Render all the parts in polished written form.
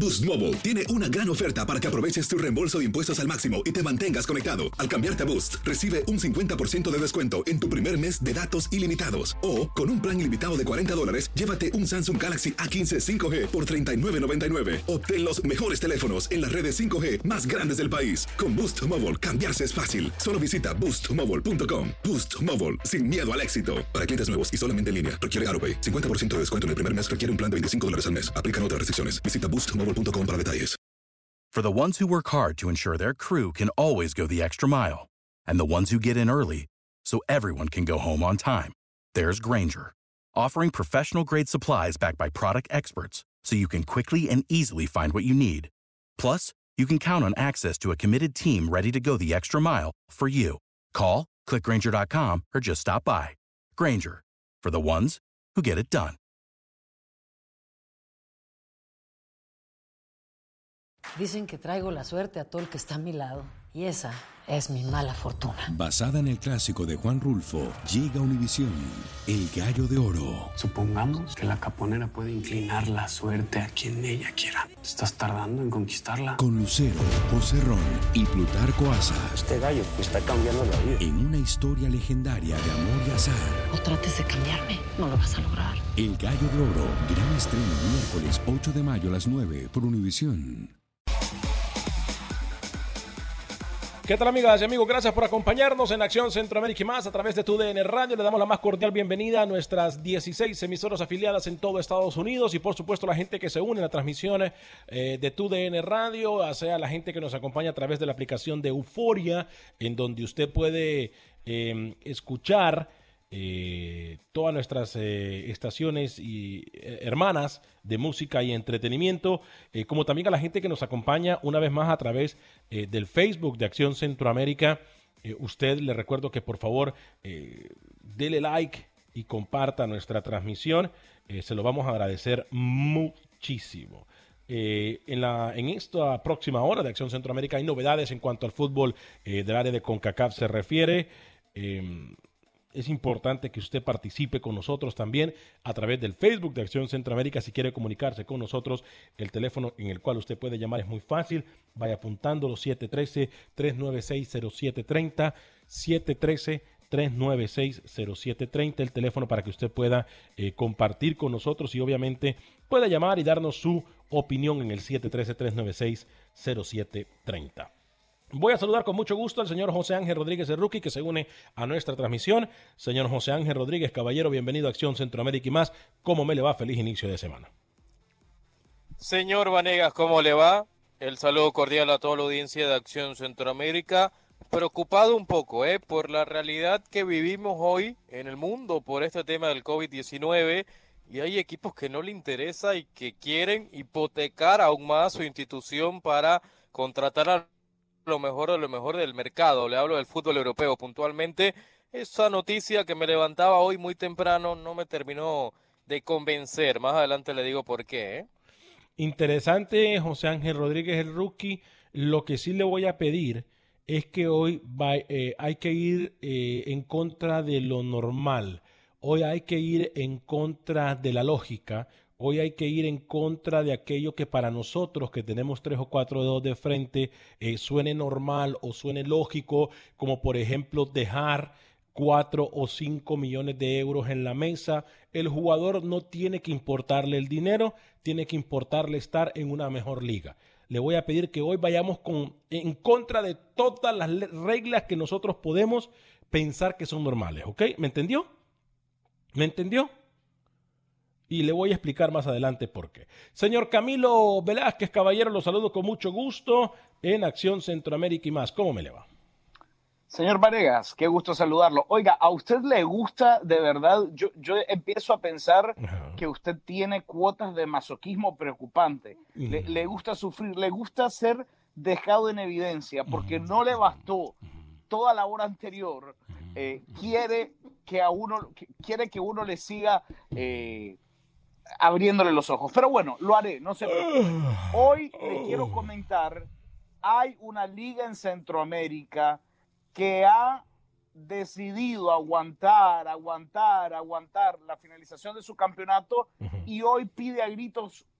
Boost Mobile tiene una gran oferta para que aproveches tu reembolso de impuestos al máximo y te mantengas conectado. Al cambiarte a Boost, recibe un 50% de descuento en tu primer mes de datos ilimitados. O, con un plan ilimitado de $40, llévate un Samsung Galaxy A15 5G por $39.99. Obtén los mejores teléfonos en las redes 5G más grandes del país. Con Boost Mobile, cambiarse es fácil. Solo visita boostmobile.com. Boost Mobile, sin miedo al éxito. Para clientes nuevos y solamente en línea, requiere AroPay. 50% de descuento en el primer mes requiere un plan de $25 al mes. Aplican otras restricciones. Visita boostmobile.com para detalles. For the ones who work hard to ensure their crew can always go the extra mile, and the ones who get in early so everyone can go home on time, there's Grainger, offering professional-grade supplies backed by product experts so you can quickly and easily find what you need. Plus, you can count on access to a committed team ready to go the extra mile for you. Call, click Grainger.com, or just stop by. Grainger, for the ones who get it done. Dicen que traigo la suerte a todo el que está a mi lado, y esa es mi mala fortuna. Basada en el clásico de Juan Rulfo, llega Univisión, El Gallo de Oro. Supongamos que la caponera puede inclinar la suerte a quien ella quiera. ¿Estás tardando en conquistarla? Con Lucero, José Ron y Plutarco Asa. Este gallo me está cambiando la vida. En una historia legendaria de amor y azar. No trates de cambiarme, no lo vas a lograr. El Gallo de Oro, gran estreno miércoles 8 de mayo a las 9 por Univisión. ¿Qué tal, amigas y amigos? Gracias por acompañarnos en Acción Centroamérica y más a través de TUDN Radio. Le damos la más cordial bienvenida a nuestras 16 emisoras afiliadas en todo Estados Unidos y, por supuesto, la gente que se une a las transmisiones de TUDN Radio, o sea, la gente que nos acompaña a través de la aplicación de Euforia, en donde usted puede escuchar todas nuestras estaciones y hermanas de música y entretenimiento, como también a la gente que nos acompaña una vez más a través del Facebook de Acción Centroamérica. Usted, le recuerdo que por favor dele like y comparta nuestra transmisión, se lo vamos a agradecer muchísimo. En esta próxima hora de Acción Centroamérica hay novedades en cuanto al fútbol del área de CONCACAF se refiere. Es importante que usted participe con nosotros también a través del Facebook de Acción Centroamérica. Si quiere comunicarse con nosotros, el teléfono en el cual usted puede llamar es muy fácil. Vaya apuntándolo: 713-396-0730, 713-396-0730, el teléfono para que usted pueda compartir con nosotros y obviamente pueda llamar y darnos su opinión en el 713-396-0730. Voy a saludar con mucho gusto al señor José Ángel Rodríguez el Rookie, que se une a nuestra transmisión. Señor José Ángel Rodríguez, caballero, bienvenido a Acción Centroamérica y más. ¿Cómo me le va? Feliz inicio de semana. Señor Vanegas, ¿cómo le va? El saludo cordial a toda la audiencia de Acción Centroamérica. Preocupado un poco por la realidad que vivimos hoy en el mundo por este tema del COVID-19, y hay equipos que no le interesa y que quieren hipotecar aún más su institución para contratar a lo mejor del mercado. Le hablo del fútbol europeo puntualmente. Esa noticia que me levantaba hoy muy temprano no me terminó de convencer. Más adelante le digo por qué. Interesante, José Ángel Rodríguez el Rookie. Lo que sí le voy a pedir es que hoy hay que ir en contra de lo normal. Hoy hay que ir en contra de la lógica. Hoy hay que ir en contra de aquello que para nosotros, que tenemos 3 o 4 dedos de frente, suene normal o suene lógico, como por ejemplo dejar 4 o 5 millones de euros en la mesa. El jugador no tiene que importarle el dinero, tiene que importarle estar en una mejor liga. Le voy a pedir que hoy vayamos en contra de todas las reglas que nosotros podemos pensar que son normales, ¿ok? ¿Me entendió? ¿Me entendió? Y le voy a explicar más adelante por qué. Señor Camilo Velázquez, caballero, lo saludo con mucho gusto en Acción Centroamérica y más. ¿Cómo me le va? Señor Vanegas, qué gusto saludarlo. Oiga, ¿a usted le gusta de verdad? Yo empiezo a pensar que usted tiene cuotas de masoquismo preocupante. Le gusta sufrir, le gusta ser dejado en evidencia porque no le bastó toda la hora anterior. Quiere que uno le siga abriéndole los ojos. Pero bueno, lo haré, no se preocupe. Hoy le quiero comentar, hay una liga en Centroamérica que ha decidido aguantar la finalización de su campeonato y hoy pide a gritos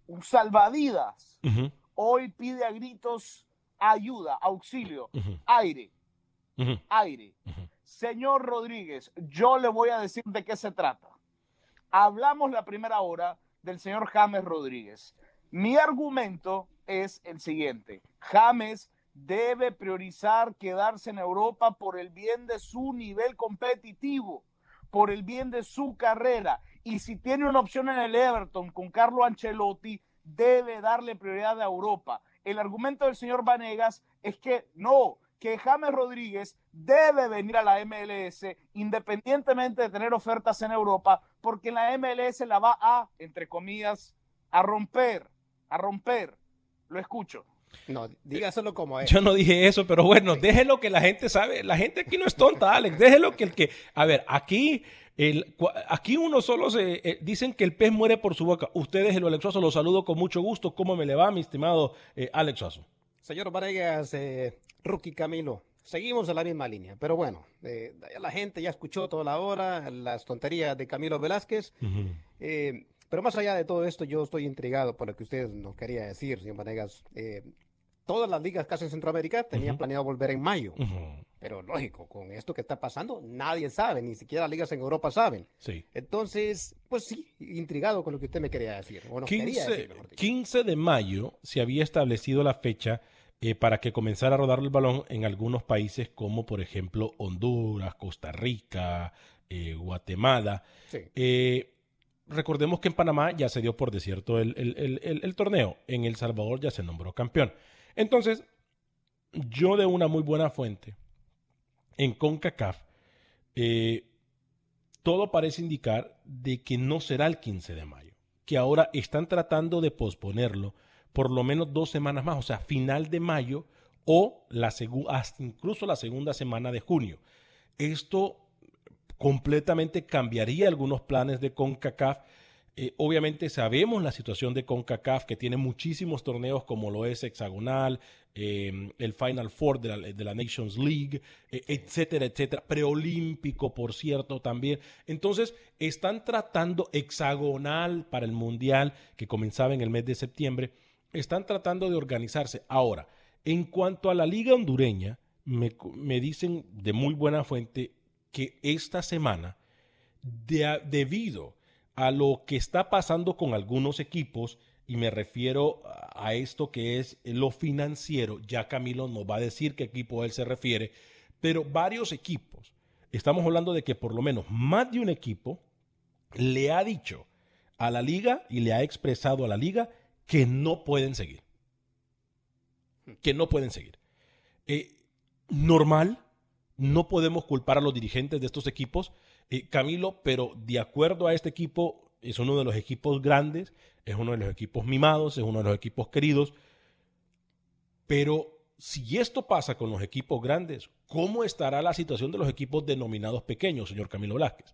un salvavidas, Ujú, hoy pide a gritos ayuda, auxilio, ujú, aire, ujú, aire. ujú. Señor Rodríguez, yo le voy a decir de qué se trata. Hablamos la primera hora del señor James Rodríguez. Mi argumento es el siguiente. James debe priorizar quedarse en Europa por el bien de su nivel competitivo, por el bien de su carrera. Y si tiene una opción en el Everton con Carlo Ancelotti, debe darle prioridad a Europa. El argumento del señor Vanegas es que no, que James Rodríguez debe venir a la MLS independientemente de tener ofertas en Europa, porque en la MLS la va a, entre comillas, a romper. Lo escucho. No, dígaselo como es. Yo no dije eso, pero bueno, déjelo que la gente sabe. La gente aquí no es tonta, Alex. Déjelo que el que... A ver, aquí uno solo se... dicen que el pez muere por su boca. Ustedes, el Alex Suazo, los saludo con mucho gusto. ¿Cómo me le va, mi estimado Alex Suazo? Señor Vanegas, Rookie Camilo, seguimos en la misma línea, pero bueno, la gente ya escuchó toda la hora las tonterías de Camilo Velázquez, pero más allá de todo esto, yo estoy intrigado por lo que usted nos quería decir, señor Vanegas. Todas las ligas casi en Centroamérica tenían planeado volver en mayo, pero lógico, con esto que está pasando, nadie sabe, ni siquiera las ligas en Europa saben. Sí. Entonces, pues sí, intrigado con lo que usted me quería decir, o nos quería decir, mejor dicho. 15 de mayo se había establecido la fecha para que comenzara a rodar el balón en algunos países como por ejemplo Honduras, Costa Rica, Guatemala. Sí. Recordemos que en Panamá ya se dio por desierto el torneo. En El Salvador ya se nombró campeón. Entonces, yo de una muy buena fuente, en CONCACAF, todo parece indicar de que no será el 15 de mayo, que ahora están tratando de posponerlo por lo menos 2 semanas más, o sea, final de mayo o hasta incluso la segunda semana de junio. Esto completamente cambiaría algunos planes de CONCACAF. Obviamente sabemos la situación de CONCACAF, que tiene muchísimos torneos como lo es Hexagonal, el Final Four de la Nations League, etcétera, etcétera. Preolímpico, por cierto, también. Entonces, están tratando Hexagonal para el Mundial, que comenzaba en el mes de septiembre. Están tratando de organizarse. Ahora, en cuanto a la Liga Hondureña, me dicen de muy buena fuente que esta semana, debido a lo que está pasando con algunos equipos, y me refiero a esto que es lo financiero, ya Camilo nos va a decir qué equipo él se refiere, pero varios equipos, estamos hablando de que por lo menos más de un equipo le ha dicho a la liga y le ha expresado a la liga que no pueden seguir. Que no pueden seguir. Normal, no podemos culpar a los dirigentes de estos equipos, Camilo, pero de acuerdo a este equipo, es uno de los equipos grandes, es uno de los equipos mimados, es uno de los equipos queridos, pero si esto pasa con los equipos grandes, ¿cómo estará la situación de los equipos denominados pequeños, señor Camilo Velázquez?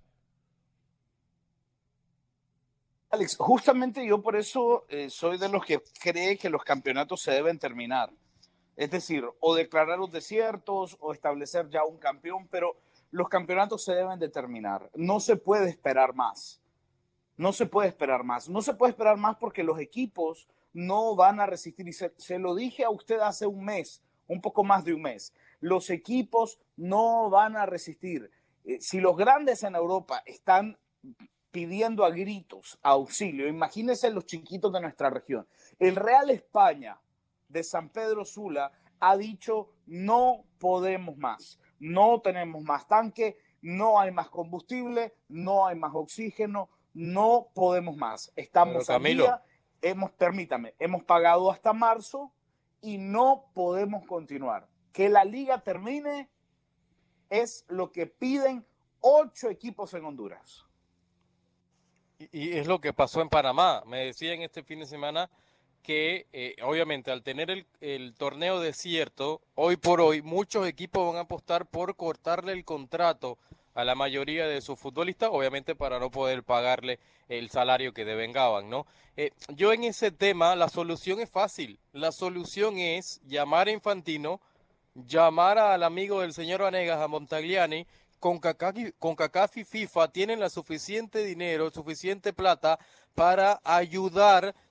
Alex, justamente yo por eso soy de los que cree que los campeonatos se deben terminar. Es decir, o declarar los desiertos o establecer ya un campeón, pero los campeonatos se deben de terminar. No se puede esperar más. No se puede esperar más. No se puede esperar más porque los equipos no van a resistir. Y se lo dije a usted hace un mes, un poco más de un mes. Los equipos no van a resistir. Si los grandes en Europa están pidiendo a gritos auxilio, imagínense los chiquitos de nuestra región. El Real España de San Pedro Sula ha dicho no podemos más, no tenemos más tanque, no hay más combustible, no hay más oxígeno, no podemos más. Estamos al día, hemos pagado hasta marzo y no podemos continuar. Que la liga termine es lo que piden 8 equipos en Honduras. Y es lo que pasó en Panamá. Me decían este fin de semana que obviamente al tener el torneo desierto, hoy por hoy muchos equipos van a apostar por cortarle el contrato a la mayoría de sus futbolistas, obviamente para no poder pagarle el salario que devengaban, ¿no? Yo en ese tema, la solución es fácil. La solución es llamar a Infantino, llamar al amigo del señor Vanegas, a Montagliani. CONCACAF y FIFA tienen la suficiente dinero, suficiente plata para ayudar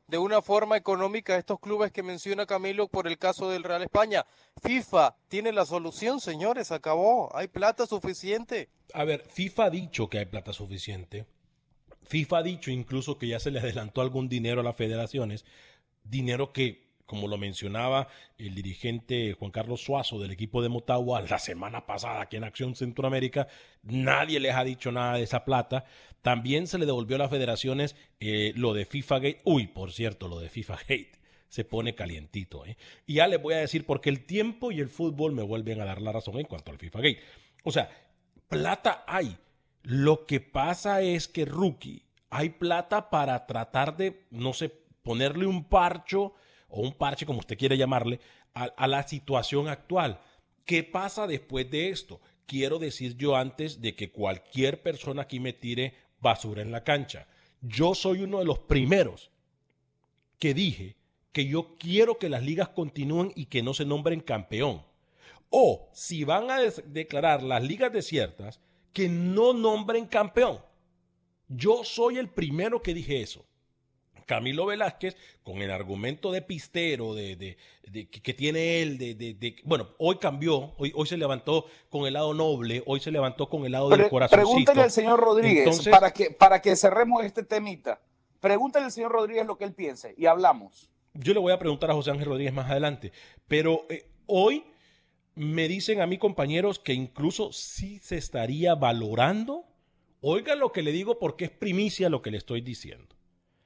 de una forma económica a estos clubes que menciona Camilo por el caso del Real España. FIFA tiene la solución, señores, acabó, hay plata suficiente. A ver, FIFA ha dicho que hay plata suficiente. FIFA ha dicho incluso que ya se le adelantó algún dinero a las federaciones, dinero que, como lo mencionaba el dirigente Juan Carlos Suazo del equipo de Motagua la semana pasada aquí en Acción Centroamérica, nadie les ha dicho nada de esa plata. También se le devolvió a las federaciones lo de FIFA Gate. Uy, por cierto, lo de FIFA Gate se pone calientito. Y ya les voy a decir porque el tiempo y el fútbol me vuelven a dar la razón en cuanto al FIFA Gate. O sea, plata hay. Lo que pasa es que, Rookie, hay plata para tratar de, no sé, ponerle un parcho o un parche, como usted quiere llamarle, a la situación actual. ¿Qué pasa después de esto? Quiero decir yo antes de que cualquier persona aquí me tire basura en la cancha. Yo soy uno de los primeros que dije que yo quiero que las ligas continúen y que no se nombren campeón. O si van a declarar las ligas desiertas, que no nombren campeón. Yo soy el primero que dije eso. Camilo Velázquez, con el argumento de pistero que tiene él, bueno, hoy cambió, hoy se levantó con el lado noble, hoy se levantó con el lado del corazoncito. Pregúntale al señor Rodríguez, entonces, para que cerremos este temita, pregúntale al señor Rodríguez lo que él piense y hablamos. Yo le voy a preguntar a José Ángel Rodríguez más adelante, pero hoy me dicen a mí, compañeros, que incluso sí se estaría valorando. Oigan lo que le digo porque es primicia lo que le estoy diciendo.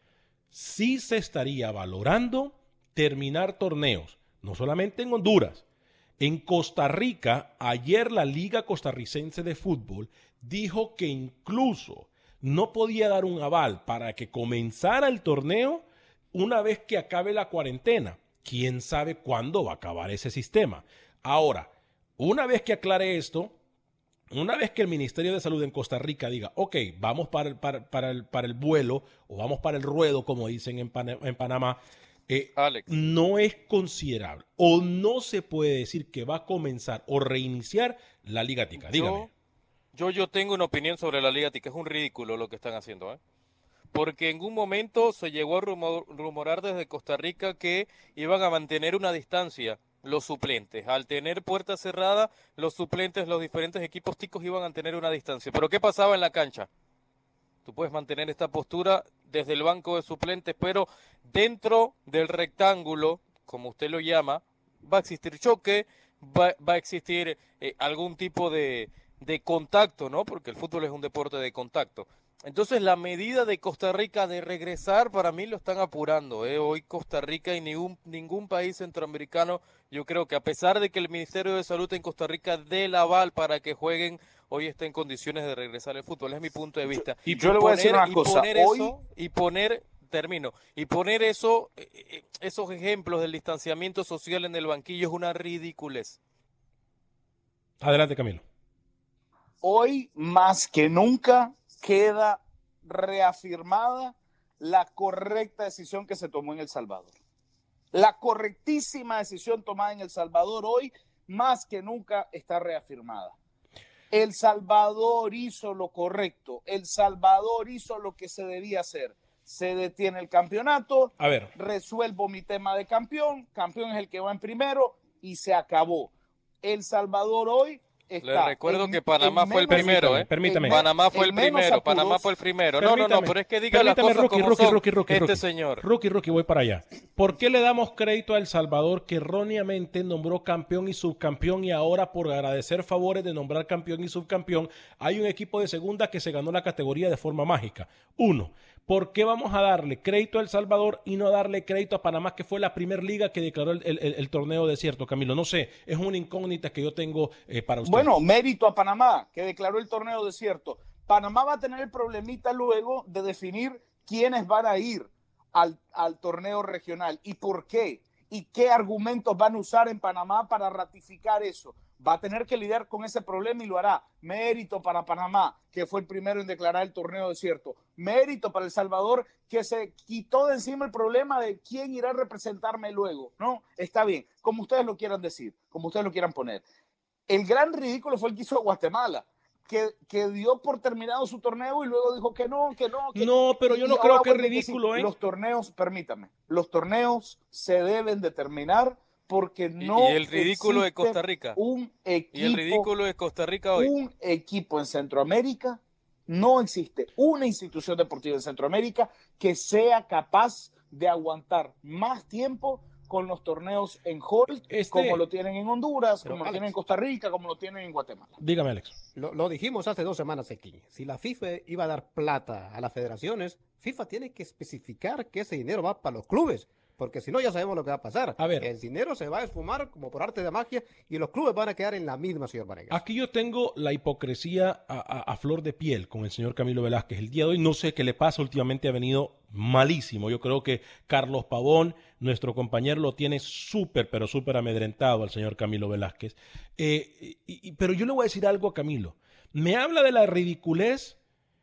Sí se estaría valorando terminar torneos, no solamente en Honduras. En Costa Rica, ayer la Liga Costarricense de Fútbol dijo que incluso no podía dar un aval para que comenzara el torneo una vez que acabe la cuarentena. ¿Quién sabe cuándo va a acabar ese sistema? Ahora, una vez que aclare esto, una vez que el Ministerio de Salud en Costa Rica diga, ok, vamos para el vuelo o vamos para el ruedo, como dicen en Panamá, no es considerable o no se puede decir que va a comenzar o reiniciar la Liga Tica. Dígame. Yo tengo una opinión sobre la Liga Tica. Es un ridículo lo que están haciendo, porque en un momento se llegó a rumorar desde Costa Rica que iban a mantener una distancia los suplentes. Al tener puerta cerrada, los suplentes, los diferentes equipos ticos iban a tener una distancia. ¿Pero qué pasaba en la cancha? Tú puedes mantener esta postura desde el banco de suplentes, pero dentro del rectángulo, como usted lo llama, va a existir choque, va a existir algún tipo de contacto, ¿no? Porque el fútbol es un deporte de contacto. Entonces la medida de Costa Rica de regresar, para mí lo están apurando. Hoy Costa Rica y ningún país centroamericano, yo creo que a pesar de que el Ministerio de Salud en Costa Rica dé el aval para que jueguen, hoy está en condiciones de regresar al fútbol. Es mi punto de vista. Y yo le voy a decir una cosa. Poner esos ejemplos del distanciamiento social en el banquillo es una ridiculez. Adelante, Camilo. Hoy más que nunca queda reafirmada la correcta decisión que se tomó en El Salvador. La correctísima decisión tomada en El Salvador hoy, más que nunca, está reafirmada. El Salvador hizo lo correcto. El Salvador hizo lo que se debía hacer. Se detiene el campeonato. A ver. Resuelvo mi tema de campeón. Campeón es el que va en primero y se acabó. El Salvador hoy le recuerdo que Panamá fue el primero, Permítame. Panamá fue el primero. No, pero es que diga las cosas como son este señor. Rookie, voy para allá. ¿Por qué le damos crédito a El Salvador que erróneamente nombró campeón y subcampeón y ahora por agradecer favores de nombrar campeón y subcampeón hay un equipo de segunda que se ganó la categoría de forma mágica? Uno, ¿por qué vamos a darle crédito a El Salvador y no darle crédito a Panamá, que fue la primera liga que declaró el torneo desierto, Camilo? No sé, es una incógnita que yo tengo para usted. Bueno, mérito a Panamá, que declaró el torneo desierto. Panamá va a tener el problemita luego de definir quiénes van a ir al torneo regional y por qué. Y qué argumentos van a usar en Panamá para ratificar eso. Va a tener que lidiar con ese problema y lo hará. Mérito para Panamá, que fue el primero en declarar el torneo desierto. Mérito para El Salvador, que se quitó de encima el problema de quién irá a representarme luego. No, está bien, como ustedes lo quieran decir, como ustedes lo quieran poner. El gran ridículo fue el que hizo Guatemala. que dio por terminado su torneo y luego dijo que no. No, pero yo no creo que es ridículo, sí, los torneos, permítame, los torneos se deben de terminar porque no ¿Y el ridículo de Costa Rica? Un equipo, ¿Y el ridículo de Costa Rica hoy? Un equipo en Centroamérica, no existe una institución deportiva en Centroamérica que sea capaz de aguantar más tiempo con los torneos en hold, como lo tienen en Honduras, como lo tienen en Costa Rica, como lo tienen en Guatemala. Dígame, Alex. Lo dijimos hace 2 semanas aquí. Si la FIFA iba a dar plata a las federaciones, FIFA tiene que especificar que ese dinero va para los clubes. Porque si no, ya sabemos lo que va a pasar. A ver. El dinero se va a esfumar como por arte de magia y los clubes van a quedar en la misma, señor Vanegas. Aquí yo tengo la hipocresía a flor de piel con el señor Camilo Velázquez. El día de hoy no sé qué le pasa, últimamente ha venido malísimo. Yo creo que Carlos Pavón, nuestro compañero, lo tiene pero súper amedrentado al señor Camilo Velázquez. Pero yo le voy a decir algo a Camilo. Me habla de la ridiculez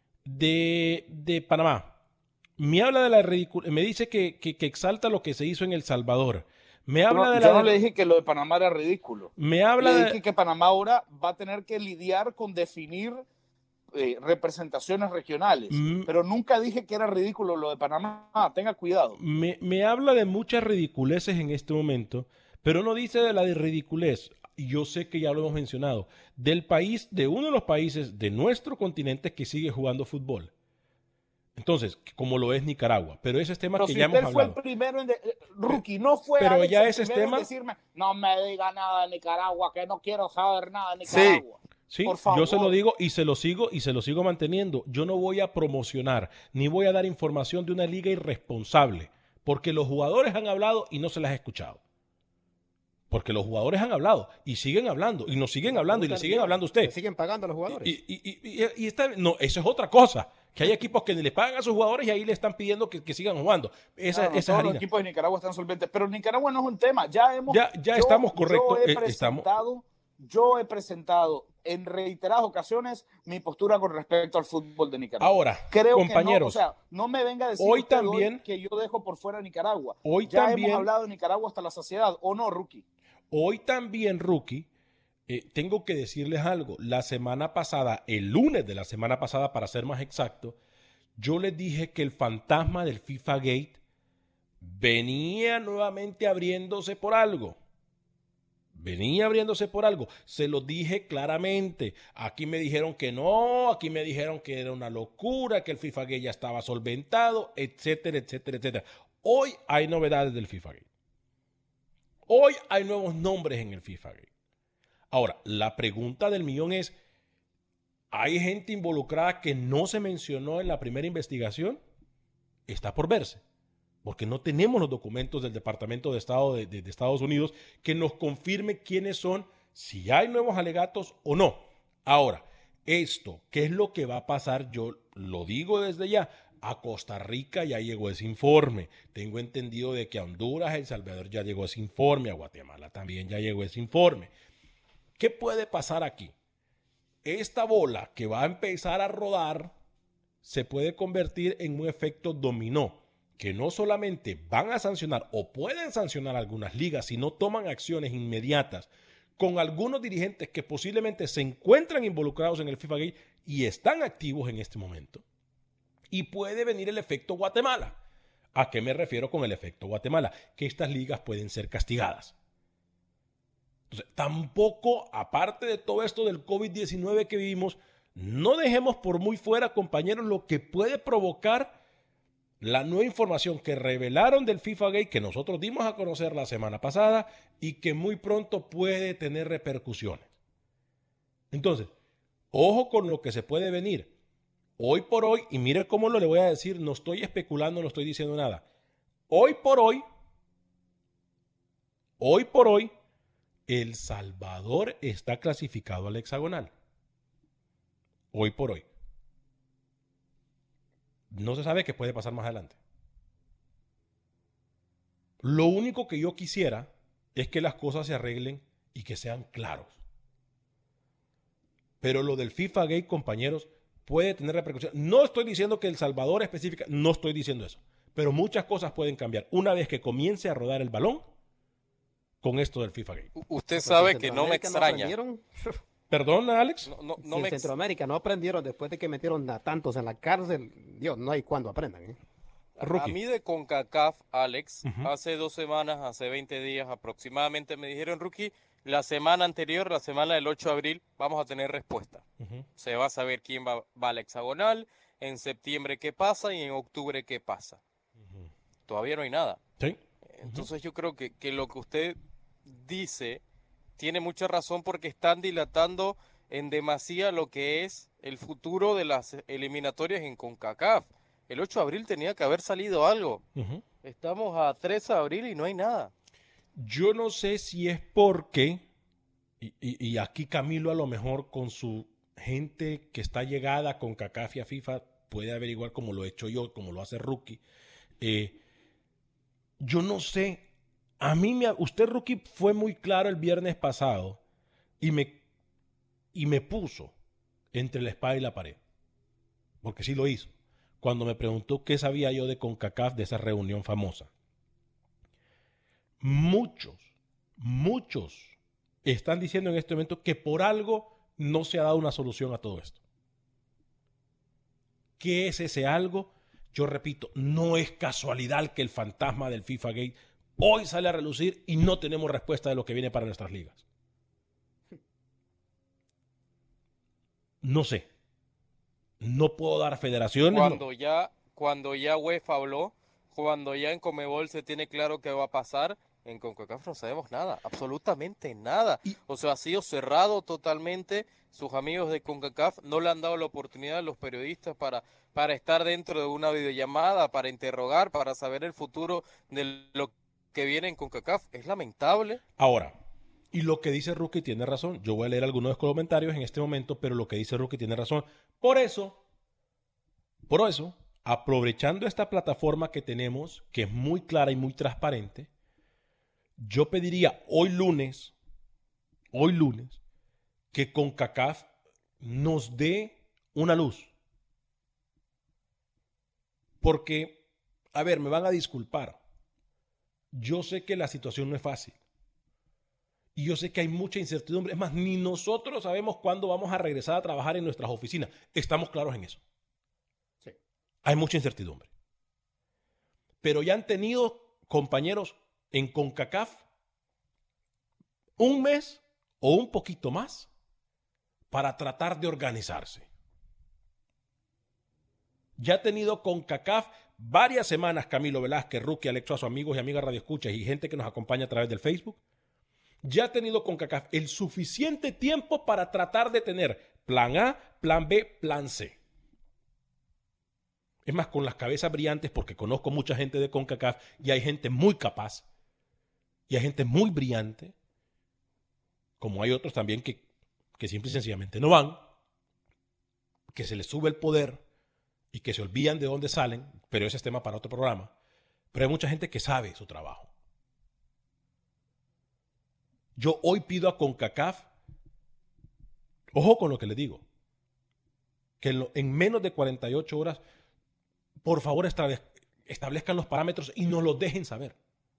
de Panamá. Me habla de la ridiculez, me dice que exalta lo que se hizo en El Salvador. Me habla yo no le dije que lo de Panamá era ridículo. Le dije que Panamá ahora va a tener que lidiar con definir representaciones regionales. Pero nunca dije que era ridículo lo de Panamá. Tenga cuidado. Me habla de muchas ridiculeces en este momento, pero no dice de la de ridiculez. Yo sé que ya lo hemos mencionado. De uno de los países de nuestro continente que sigue jugando fútbol. Entonces, como lo es Nicaragua, pero ese es tema que ya hemos hablado. Fue el primero en Rookie, no fue pero Alex ya ese es tema. Decirme, no me diga nada de Nicaragua, que no quiero saber nada de Nicaragua. Sí, por favor. Yo se lo digo y se lo sigo manteniendo. Yo no voy a promocionar ni voy a dar información de una liga irresponsable, porque los jugadores han hablado y no se las he escuchado. Porque los jugadores han hablado y siguen hablando y nos siguen hablando y le siguen hablando a usted. ¿Le siguen pagando a los jugadores? Y no, eso es otra cosa. Que hay equipos que ni le pagan a sus jugadores y ahí le están pidiendo que sigan jugando. Esa es todos harina. Los equipos de Nicaragua están solventes, pero Nicaragua no es un tema. Ya estamos correctos. Yo he presentado en reiteradas ocasiones mi postura con respecto al fútbol de Nicaragua. Ahora, creo compañeros, que no me venga a decir hoy también, que yo dejo por fuera a Nicaragua. Hoy ya también, hemos hablado de Nicaragua hasta la saciedad, ¿o no, Rookie? Hoy también, Rookie, tengo que decirles algo. La semana pasada, el lunes de la semana pasada, para ser más exacto, yo les dije que el fantasma del FIFA Gate venía nuevamente abriéndose por algo. Se lo dije claramente. Aquí me dijeron que no, aquí me dijeron que era una locura, que el FIFA Gate ya estaba solventado, etcétera, etcétera, etcétera. Hoy hay novedades del FIFA Gate. Hoy hay nuevos nombres en el FIFA Gate. Ahora, la pregunta del millón es, ¿hay gente involucrada que no se mencionó en la primera investigación? Está por verse, porque no tenemos los documentos del Departamento de Estado de Estados Unidos que nos confirme quiénes son, si hay nuevos alegatos o no. Ahora, esto, ¿qué es lo que va a pasar? Yo lo digo desde ya. A Costa Rica ya llegó ese informe. Tengo entendido de que a Honduras, a El Salvador ya llegó ese informe. A Guatemala también ya llegó ese informe. ¿Qué puede pasar aquí? Esta bola que va a empezar a rodar se puede convertir en un efecto dominó, que no solamente van a sancionar o pueden sancionar algunas ligas si no toman acciones inmediatas con algunos dirigentes que posiblemente se encuentran involucrados en el FIFA Gate y están activos en este momento. Y puede venir el efecto Guatemala. ¿A qué me refiero con el efecto Guatemala? Que estas ligas pueden ser castigadas. Entonces, tampoco, aparte de todo esto del COVID-19 que vivimos, no dejemos por muy fuera, compañeros, lo que puede provocar la nueva información que revelaron del FIFA Gate, que nosotros dimos a conocer la semana pasada y que muy pronto puede tener repercusiones. Entonces, ojo con lo que se puede venir. Hoy por hoy, y mire cómo le voy a decir, no estoy especulando, no estoy diciendo nada. Hoy por hoy, El Salvador está clasificado al hexagonal. Hoy por hoy. No se sabe qué puede pasar más adelante. Lo único que yo quisiera es que las cosas se arreglen y que sean claros. Pero lo del FIFA Gate, compañeros, puede tener repercusiones. No estoy diciendo que El Salvador específica, no estoy diciendo eso. Pero muchas cosas pueden cambiar una vez que comience a rodar el balón con esto del FIFA Gate. Usted sabe que no me extraña. Perdón, Alex. Si en Centroamérica no aprendieron después de que metieron a tantos en la cárcel, Dios, no hay cuándo aprendan. A mí de CONCACAF, Alex, hace 2 semanas, hace 20 días aproximadamente, me dijeron, Rookie, la semana anterior, la semana del 8 de abril, vamos a tener respuesta. Se va a saber quién va al hexagonal, en septiembre qué pasa y en octubre qué pasa. Todavía no hay nada. Sí. Entonces yo creo que lo que usted dice tiene mucha razón porque están dilatando en demasía lo que es el futuro de las eliminatorias en CONCACAF. El 8 de abril tenía que haber salido algo. Estamos a 13 de abril y no hay nada. Yo no sé si es porque, y aquí Camilo a lo mejor con su gente que está llegada con CONCACAF y a FIFA puede averiguar como lo he hecho yo, como lo hace Rookie. Yo no sé. A mí, usted, Rookie, fue muy claro el viernes pasado y me puso entre la espada y la pared. Porque sí lo hizo. Cuando me preguntó qué sabía yo de CONCACAF, de esa reunión famosa. Muchos están diciendo en este momento que por algo no se ha dado una solución a todo esto. ¿Qué es ese algo? Yo repito, no es casualidad que el fantasma del FIFA Gate hoy sale a relucir y no tenemos respuesta de lo que viene para nuestras ligas. No sé. No puedo dar federaciones. Cuando ya UEFA habló, cuando ya en Conmebol se tiene claro qué va a pasar, en CONCACAF no sabemos nada, absolutamente nada. O sea, ha sido cerrado totalmente. Sus amigos de CONCACAF no le han dado la oportunidad a los periodistas para estar dentro de una videollamada, para interrogar, para saber el futuro de lo que viene en CONCACAF. Es lamentable. Ahora, y lo que dice Rookie tiene razón. Yo voy a leer algunos de los comentarios en este momento, pero lo que dice Rookie tiene razón. Por eso, aprovechando esta plataforma que tenemos, que es muy clara y muy transparente, yo pediría hoy lunes, que CONCACAF nos dé una luz. Porque, a ver, me van a disculpar. Yo sé que la situación no es fácil. Y yo sé que hay mucha incertidumbre. Es más, ni nosotros sabemos cuándo vamos a regresar a trabajar en nuestras oficinas. Estamos claros en eso. Sí. Hay mucha incertidumbre. Pero ya han tenido, compañeros, en CONCACAF un mes o un poquito más para tratar de organizarse. Ya ha tenido CONCACAF varias semanas, Camilo Velázquez, Rookie, Alex Suazo, amigos y amigas radioescuchas y gente que nos acompaña a través del Facebook. Ya ha tenido CONCACAF el suficiente tiempo para tratar de tener plan A, plan B, plan C. Es más, con las cabezas brillantes, porque conozco mucha gente de CONCACAF y hay gente muy capaz y hay gente muy brillante, como hay otros también que simple y sencillamente no van, que se les sube el poder y que se olvidan de dónde salen, pero ese es tema para otro programa. Pero hay mucha gente que sabe su trabajo. Yo hoy pido a CONCACAF, ojo con lo que les digo, que en menos de 48 horas, por favor, establezcan los parámetros y nos los dejen saber.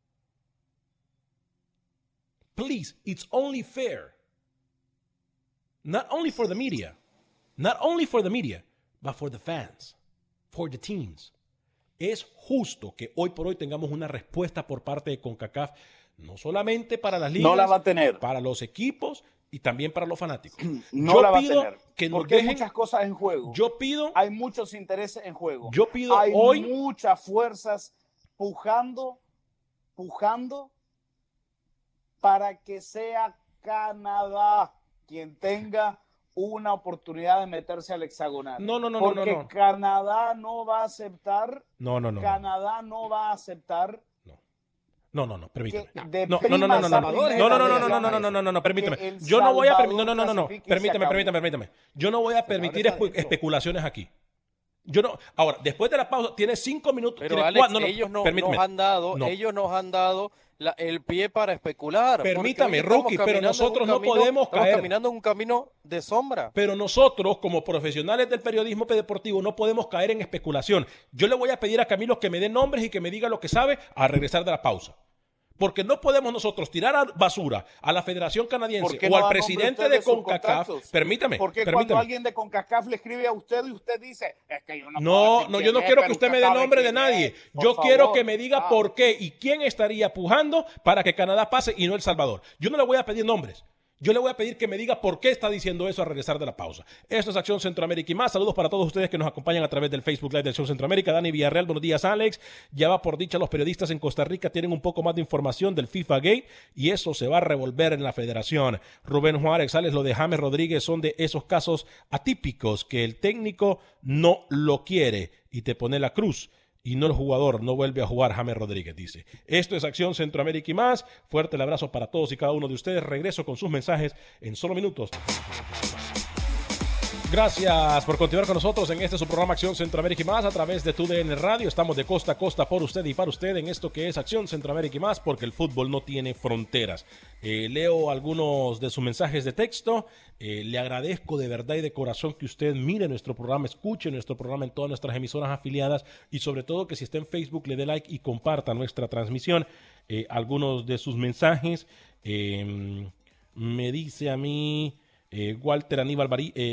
Please, it's only fair. Not only for the media, but for the fans, for the teams. Es justo que hoy por hoy tengamos una respuesta por parte de CONCACAF, no solamente para las ligas, no la va a tener, para los equipos y también para los fanáticos. No la va a tener, que nos porque dejen, hay muchas cosas en juego. Hay muchos intereses en juego. Hay muchas fuerzas pujando para que sea Canadá quien tenga una oportunidad de meterse al hexagonal. Porque Canadá no va a aceptar. Canadá no va a aceptar. No, permíteme. Permíteme. Yo no voy a permitir. Yo no voy a permitir especulaciones aquí. Ahora, después de la pausa, tiene 5 minutos. Pero Alex, ellos nos han dado el pie para especular. Permítame, Rookie, pero nosotros no podemos caer. Estamos caminando en un camino de sombra. Pero nosotros, como profesionales del periodismo deportivo, no podemos caer en especulación. Yo le voy a pedir a Camilo que me dé nombres y que me diga lo que sabe al regresar de la pausa. Porque no podemos nosotros tirar a basura a la Federación Canadiense ¿Por o no al presidente de CONCACAF. Permítame. Porque cuando alguien de CONCACAF le escribe a usted y usted dice, es que yo no, yo no quiero que usted me dé nombre de nadie. Yo quiero que me diga por qué y quién estaría pujando para que Canadá pase y no El Salvador. Yo no le voy a pedir nombres. Yo le voy a pedir que me diga por qué está diciendo eso al regresar de la pausa. Esto es Acción Centroamérica y más. Saludos para todos ustedes que nos acompañan a través del Facebook Live de Acción Centroamérica. Dani Villarreal, buenos días, Alex. Ya va por dicha, los periodistas en Costa Rica tienen un poco más de información del FIFA Gate y eso se va a revolver en la federación. Rubén Juárez, Alex, lo de James Rodríguez son de esos casos atípicos que el técnico no lo quiere y te pone la cruz. Y no el jugador, no vuelve a jugar James Rodríguez, dice. Esto es Acción Centroamérica y más. Fuerte el abrazo para todos y cada uno de ustedes. Regreso con sus mensajes en solo minutos. Gracias por continuar con nosotros en este su programa Acción Centroamérica y más a través de TUDN Radio. Estamos de costa a costa por usted y para usted en esto que es Acción Centroamérica y más, porque el fútbol no tiene fronteras. Leo algunos de sus mensajes de texto. Le agradezco de verdad y de corazón que usted mire nuestro programa, escuche nuestro programa en todas nuestras emisoras afiliadas y sobre todo que si está en Facebook le dé like y comparta nuestra transmisión. Algunos de sus mensajes me dice a mí Walter Aníbal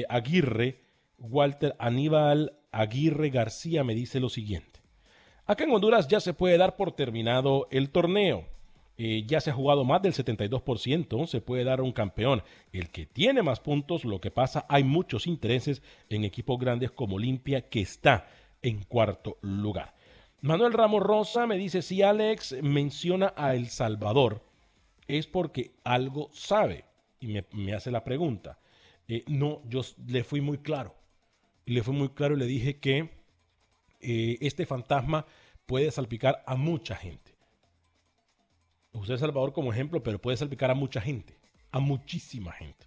Aguirre García me dice lo siguiente: acá en Honduras ya se puede dar por terminado el torneo. Ya se ha jugado más del 72%, se puede dar un campeón. El que tiene más puntos, lo que pasa, hay muchos intereses en equipos grandes como Olimpia, que está en cuarto lugar. Manuel Ramos Rosa me dice, si Alex menciona a El Salvador, es porque algo sabe. Y me hace la pregunta. No, yo le fui muy claro. Y le dije que este fantasma puede salpicar a mucha gente. Usé El Salvador como ejemplo, pero puede salpicar a mucha gente, a muchísima gente.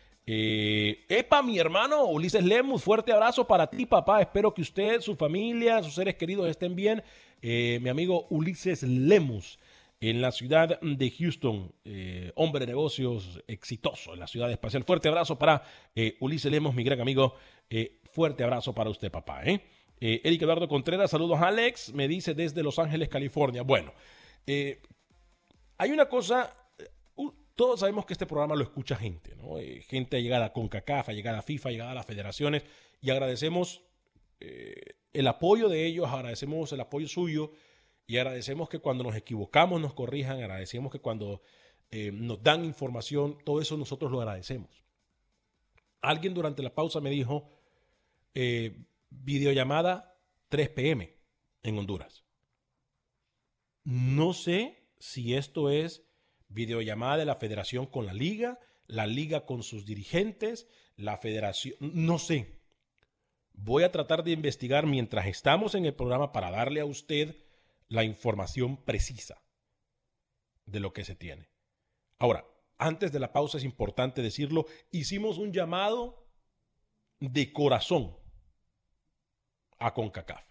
Mi hermano Ulises Lemus, fuerte abrazo para ti, papá. Espero que usted, su familia, sus seres queridos estén bien. Mi amigo Ulises Lemus, en la ciudad de Houston, hombre de negocios exitoso en la ciudad espacial. Fuerte abrazo para Ulises Lemus, mi gran amigo. Fuerte abrazo para usted, papá. Eric Eduardo Contreras, saludos a Alex, me dice desde Los Ángeles, California. Bueno, hay una cosa, todos sabemos que este programa lo escucha gente, ¿no? Gente llegada a CONCACAF, llegada a FIFA, llegada a las federaciones, y agradecemos el apoyo de ellos, agradecemos el apoyo suyo, y agradecemos que cuando nos equivocamos nos corrijan, agradecemos que cuando nos dan información, todo eso nosotros lo agradecemos. Alguien durante la pausa me dijo, videollamada 3 p.m. en Honduras. No sé si esto es videollamada de la federación con la liga con sus dirigentes, la federación, no sé. Voy a tratar de investigar mientras estamos en el programa para darle a usted la información precisa de lo que se tiene. Ahora, antes de la pausa es importante decirlo, hicimos un llamado de corazón a CONCACAF.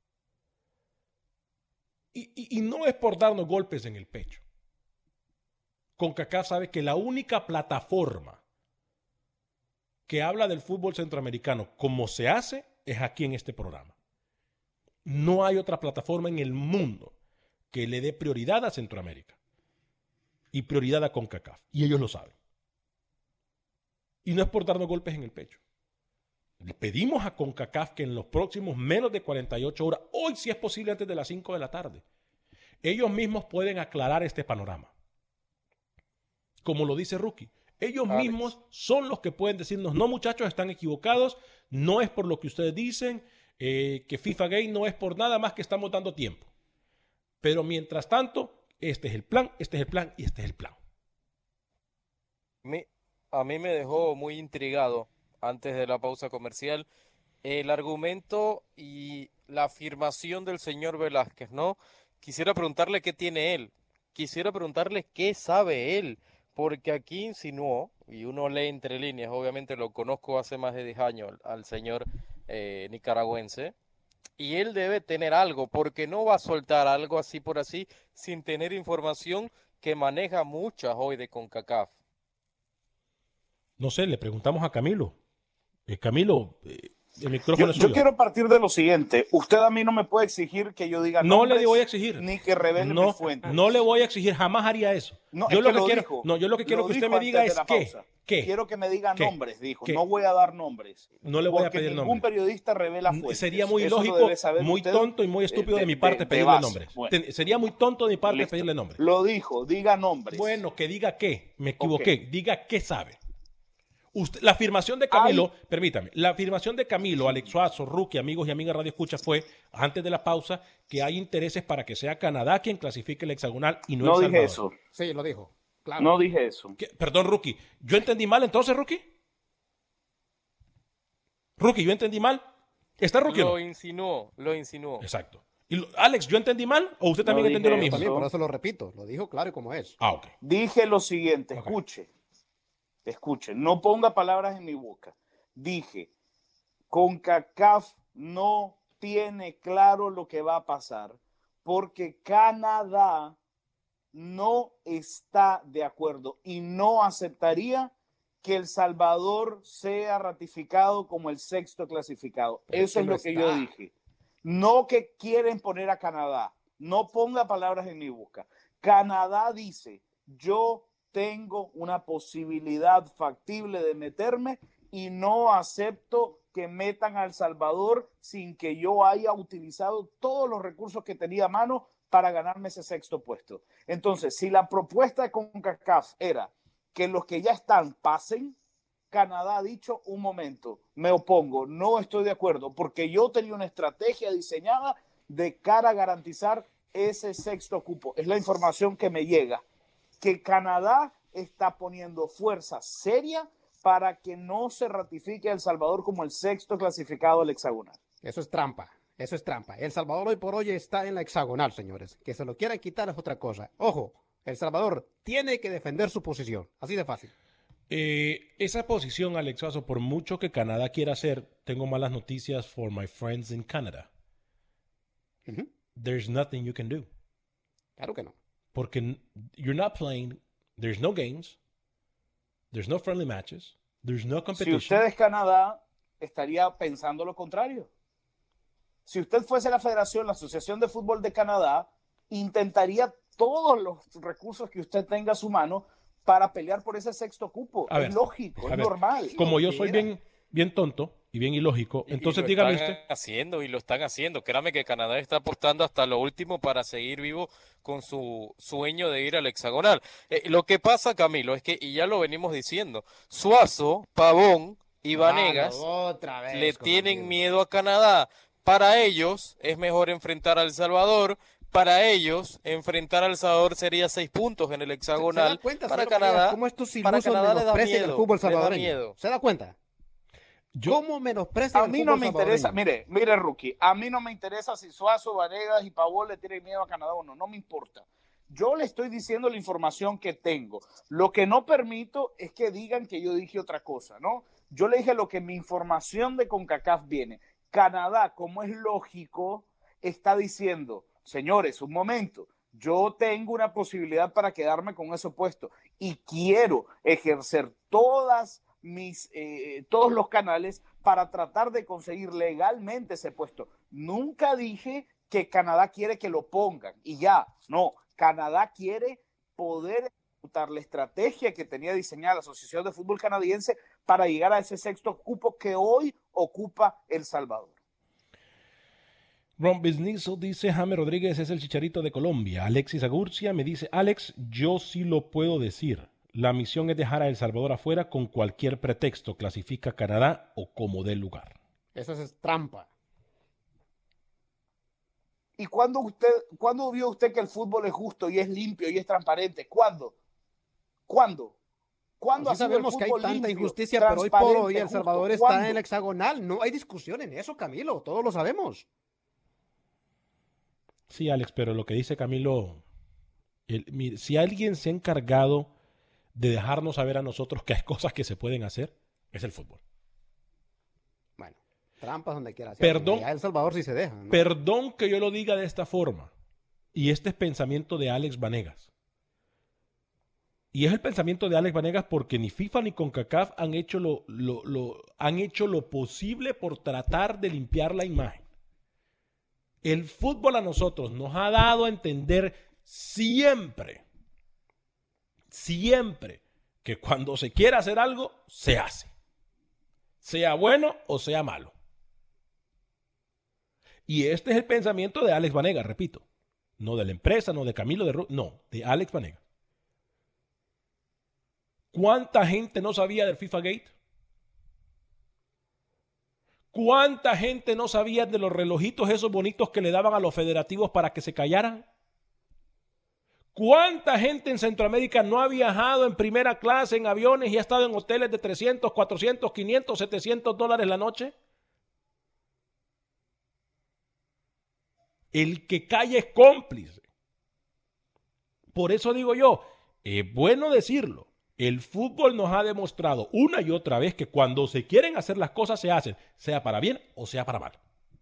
Y no es por darnos golpes en el pecho. CONCACAF sabe que la única plataforma que habla del fútbol centroamericano como se hace es aquí en este programa. No hay otra plataforma en el mundo que le dé prioridad a Centroamérica y prioridad a CONCACAF. Y ellos lo saben. Y no es por darnos golpes en el pecho. Le pedimos a CONCACAF que en los próximos menos de 48 horas, hoy si es posible antes de las 5 de la tarde, ellos mismos pueden aclarar este panorama. Como lo dice Rookie, ellos mismos son los que pueden decirnos, no muchachos, están equivocados, no es por lo que ustedes dicen, que FIFA Gate no es por nada más que estamos dando tiempo. Pero mientras tanto, este es el plan, este es el plan y este es el plan. A mí me dejó muy intrigado antes de la pausa comercial el argumento y la afirmación del señor Velázquez, ¿no? Quisiera preguntarle qué tiene él, quisiera preguntarle qué sabe él, porque aquí insinuó, y uno lee entre líneas, obviamente lo conozco hace más de 10 años al señor nicaragüense, y él debe tener algo, porque no va a soltar algo así por así sin tener información que maneja muchas hoy de CONCACAF. No sé, le preguntamos a Camilo. Camilo, El micrófono es Yo suyo. quiero partir de lo siguiente. Usted a mí no me puede exigir que yo diga No nombres, le voy a exigir. ni que revele mis fuentes. No le voy a exigir, jamás haría eso. No, yo es lo que que lo quiero, dijo. no, yo lo que quiero Lo que usted dijo me diga antes es de la pausa. ¿qué? Quiero que me diga ¿Qué? nombres, dijo. ¿Qué? No voy a dar nombres. No le voy a porque pedir ningún nombres. periodista revela fuentes. Sería muy Eso lo ilógico, debe saber muy usted tonto y muy estúpido de mi parte pedirle base. nombres. Bueno. Sería muy tonto de mi parte Listo. pedirle nombres. Lo dijo, diga nombres. Bueno, que diga qué. Me equivoqué. Diga qué sabe. La afirmación de Camilo, permítame, la afirmación de Camilo, Alex Suazo, Rookie, amigos y amigas Radio Escucha, fue, antes de la pausa, que hay intereses para que sea Canadá quien clasifique el hexagonal y no El No Salvador. dije eso. Sí, lo dijo. Claro. No dije eso. Perdón, Rookie. ¿Yo entendí mal entonces, Rookie? Rookie, ¿yo entendí mal? ¿Está Rookie o no? Lo insinuó. Exacto. Alex, ¿yo entendí mal o usted también entendió lo dije mismo? También, por eso lo repito. Lo dijo claro y como es. Ah, ok. Dije lo siguiente, escuche, no ponga palabras en mi boca. Dije, CONCACAF no tiene claro lo que va a pasar porque Canadá no está de acuerdo y no aceptaría que El Salvador sea ratificado como el sexto clasificado. Eso es lo que yo dije. No que quieren poner a Canadá. No ponga palabras en mi boca. Canadá dice, yo tengo una posibilidad factible de meterme y no acepto que metan a El Salvador sin que yo haya utilizado todos los recursos que tenía a mano para ganarme ese sexto puesto. Entonces, si la propuesta de CONCACAF era que los que ya están pasen, Canadá ha dicho, un momento, me opongo, no estoy de acuerdo, porque yo tenía una estrategia diseñada de cara a garantizar ese sexto cupo. Es la información que me llega, que Canadá está poniendo fuerza seria para que no se ratifique a El Salvador como el sexto clasificado del hexagonal. Eso es trampa. Eso es trampa. El Salvador hoy por hoy está en la hexagonal, señores. Que se lo quieran quitar es otra cosa. Ojo, El Salvador tiene que defender su posición. Así de fácil. Esa posición, Alex Suazo, por mucho que Canadá quiera hacer, tengo malas noticias for my friends in Canada. There's nothing you can do. Claro que no. Porque you're not playing, there's no games, there's no friendly matches, there's no Si competition. usted es Canadá, estaría pensando lo contrario. Si usted fuese la federación, la Asociación de Fútbol de Canadá, intentaría todos los recursos que usted tenga a su mano para pelear por ese sexto cupo. Es lógico, es normal. Como yo soy bien tonto y bien ilógico, entonces dígame usted. Y lo están haciendo. Créame que Canadá está apostando hasta lo último para seguir vivo con su sueño de ir al hexagonal. Lo que pasa, Camilo, es que, y ya lo venimos diciendo, Suazo, Pavón y Vanegas le tienen miedo a Canadá. Para ellos es mejor enfrentar a El Salvador. Para ellos, enfrentar a El Salvador sería 6 puntos en el hexagonal. ¿Se da cuenta, para señor Canadá, Vanegas, cómo estos para ilusos Canadá le da menosprecian miedo. el fútbol le da salvadoreño? miedo. ¿Se da cuenta? ¿Cómo menosprecian A el mí fútbol no me interesa, salvadoreño? mire, Rookie, a mí no me interesa si Suazo, Vanegas y Pavón le tienen miedo a Canadá o no, no me importa. Yo le estoy diciendo la información que tengo. Lo que no permito es que digan que yo dije otra cosa, ¿no? Yo le dije lo que mi información de CONCACAF viene. Canadá, como es lógico, está diciendo, señores, un momento, yo tengo una posibilidad para quedarme con ese puesto y quiero ejercer todos los canales para tratar de conseguir legalmente ese puesto. Nunca dije que Canadá quiere que lo pongan y ya, no, Canadá quiere poder ejecutar la estrategia que tenía diseñada la Asociación de Fútbol Canadiense para llegar a ese sexto cupo que hoy ocupa El Salvador. Ron Bisnizo dice, Jaime Rodríguez es el chicharito de Colombia. Alexis Agurcia me dice, Alex, yo sí lo puedo decir. La misión es dejar a El Salvador afuera con cualquier pretexto. Clasifica Canadá o como dé lugar. Eso es trampa. ¿Y cuándo vio usted que el fútbol es justo y es limpio y es transparente? ¿Cuándo? ¿Cuándo Sí ha sido sabemos el que hay fútbol tanta limpio, injusticia, pero hoy por hoy transparente, El Salvador justo? está ¿Cuándo? en el hexagonal. No hay discusión en eso, Camilo. Todos lo sabemos. Sí, Alex, pero lo que dice Camilo, si alguien se ha encargado de dejarnos saber a nosotros que hay cosas que se pueden hacer, es el fútbol. Bueno, trampas donde quiera. Perdón. Ya El Salvador sí se deja, ¿no? Perdón que yo lo diga de esta forma. Y este es pensamiento de Alex Vanegas. Y es el pensamiento de Alex Vanegas porque ni FIFA ni CONCACAF han hecho han hecho lo posible por tratar de limpiar la imagen. El fútbol a nosotros nos ha dado a entender siempre que cuando se quiere hacer algo, se hace. Sea bueno o sea malo. Y este es el pensamiento de Alex Vanegas, repito. No de la empresa, no de Camilo, no, de Alex Vanegas. ¿Cuánta gente no sabía del FIFA Gate? ¿Cuánta gente no sabía de los relojitos esos bonitos que le daban a los federativos para que se callaran? ¿Cuánta gente en Centroamérica no ha viajado en primera clase en aviones y ha estado en hoteles de 300, 400, 500, 700 dólares la noche? El que calla es cómplice. Por eso digo yo, es bueno decirlo. El fútbol nos ha demostrado una y otra vez que cuando se quieren hacer las cosas se hacen, sea para bien o sea para mal.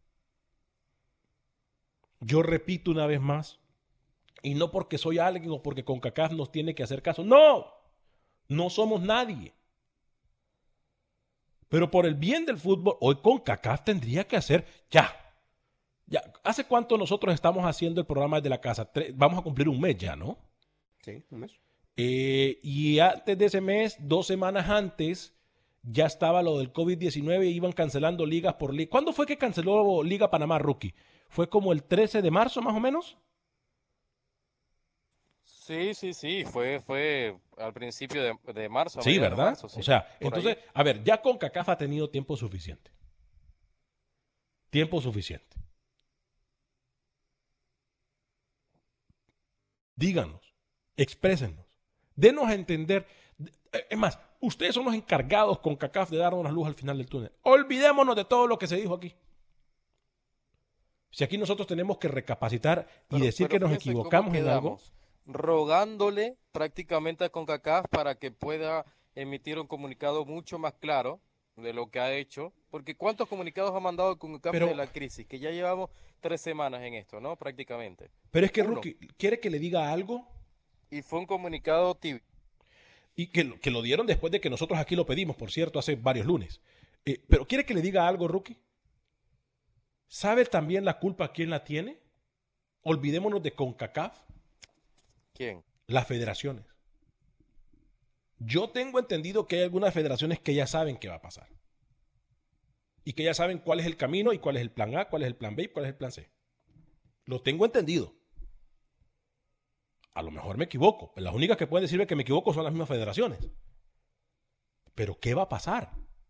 Yo repito una vez más, y no porque soy alguien o porque CONCACAF nos tiene que hacer caso. No, no somos nadie. Pero por el bien del fútbol, hoy CONCACAF tendría que hacer ya. ¿Hace cuánto nosotros estamos haciendo el programa de la casa? Vamos a cumplir un mes ya, ¿no? Sí, un mes. Y antes de ese mes, 2 semanas antes, ya estaba lo del COVID-19 y iban cancelando ligas por liga. ¿Cuándo fue que canceló Liga Panamá, Rookie? ¿Fue como el 13 de marzo más o menos? Sí, fue al principio de marzo. Sí, ¿verdad? Marzo, sí. O sea, Por entonces, ahí. a ver, ya CONCACAF ha tenido tiempo suficiente. Tiempo suficiente. Díganos, exprésennos, denos a entender. Es más, ustedes son los encargados CONCACAF de darnos la luz al final del túnel. Olvidémonos de todo lo que se dijo aquí. Si aquí nosotros tenemos que recapacitar y decir que nos fíjese cómo equivocamos en algo. quedamos, rogándole prácticamente a CONCACAF para que pueda emitir un comunicado mucho más claro de lo que ha hecho, porque ¿cuántos comunicados ha mandado el CONCACAF de la crisis? Que ya llevamos 3 semanas en esto, ¿no? Prácticamente. Pero es que Uno. Rookie, ¿quiere que le diga algo? Y fue un comunicado tibio. Y que lo dieron después de que nosotros aquí lo pedimos, por cierto, hace varios lunes. Pero ¿quiere que le diga algo, Rookie? ¿Sabe también la culpa quién la tiene? Olvidémonos de CONCACAF. ¿Quién? Las federaciones. Yo tengo entendido que hay algunas federaciones que ya saben qué va a pasar. Y que ya saben cuál es el camino y cuál es el plan A, cuál es el plan B y cuál es el plan C. Lo tengo entendido. A lo mejor me equivoco. Las únicas que pueden decirme que me equivoco son las mismas federaciones. Pero ¿qué va a pasar?